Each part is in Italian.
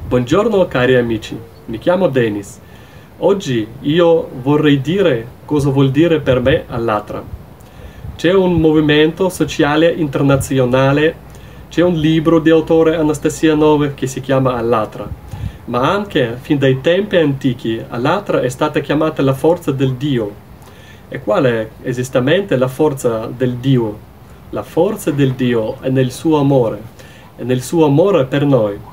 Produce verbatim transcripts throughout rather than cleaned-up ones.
Buongiorno cari amici, mi chiamo Denis. Oggi io vorrei dire cosa vuol dire per me Allatra. C'è un movimento sociale internazionale, c'è un libro di autore Anastasia Nove che si chiama Allatra, ma anche fin dai tempi antichi Allatra è stata chiamata la forza del Dio. E qual è esattamente la forza del Dio? La forza del Dio è nel suo amore, è nel suo amore per noi.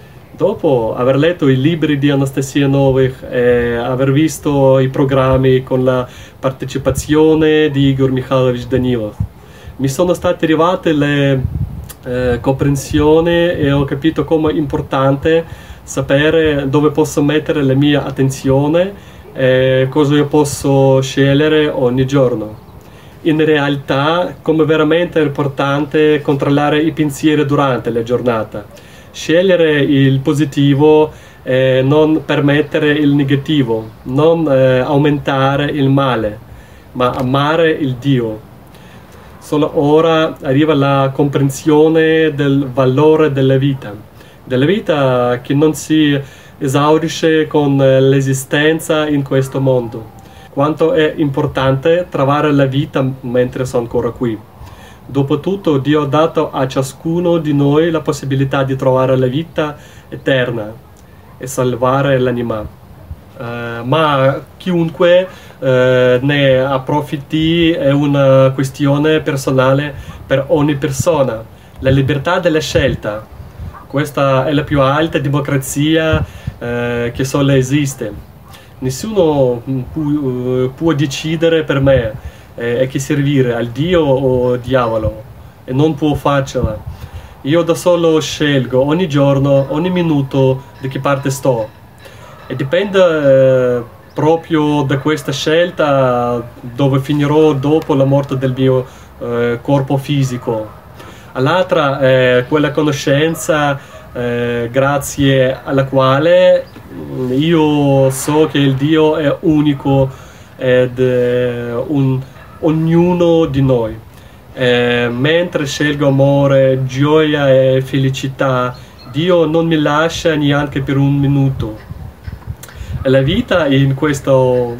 Dopo aver letto i libri di Anastasia Novych e aver visto i programmi con la partecipazione di Igor Mikhailovich Danilov, mi sono state arrivate le eh, comprensioni e ho capito come è importante sapere dove posso mettere la mia attenzione e cosa io posso scegliere ogni giorno. In realtà, come veramente è importante controllare i pensieri durante la giornata. Scegliere il positivo e non permettere il negativo, non eh, aumentare il male, ma amare il Dio. Solo ora arriva la comprensione del valore della vita, della vita che non si esaurisce con l'esistenza in questo mondo. Quanto è importante trovare la vita mentre sono ancora qui. Dopotutto Dio ha dato a ciascuno di noi la possibilità di trovare la vita eterna e salvare l'anima. Uh, ma chiunque uh, ne approfitti è una questione personale per ogni persona. La libertà della scelta, questa è la più alta democrazia uh, che solo esiste. Nessuno pu- può decidere per me e che servire al Dio o al diavolo, e non può farcela. Io da solo scelgo ogni giorno, ogni minuto di che parte sto, e dipende eh, proprio da questa scelta dove finirò dopo la morte del mio eh, corpo fisico. L'altra è quella conoscenza eh, grazie alla quale io so che il Dio è unico ed è un ognuno di noi. Eh, mentre scelgo amore, gioia e felicità, Dio non mi lascia neanche per un minuto. E la vita in questa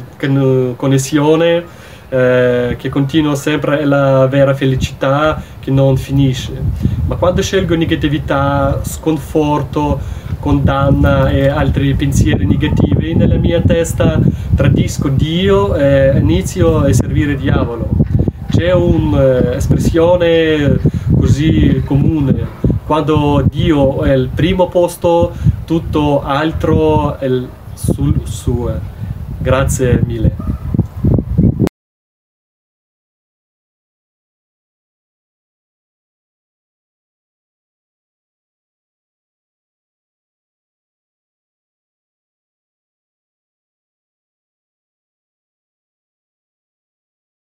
connessione eh, che continua sempre è la vera felicità che non finisce. Ma quando scelgo negatività, sconforto, condanna e altri pensieri negativi nella mia testa, tradisco Dio e inizio a servire il diavolo. C'è un'espressione così comune: quando Dio è al primo posto, tutto altro è sul suo. Grazie mille.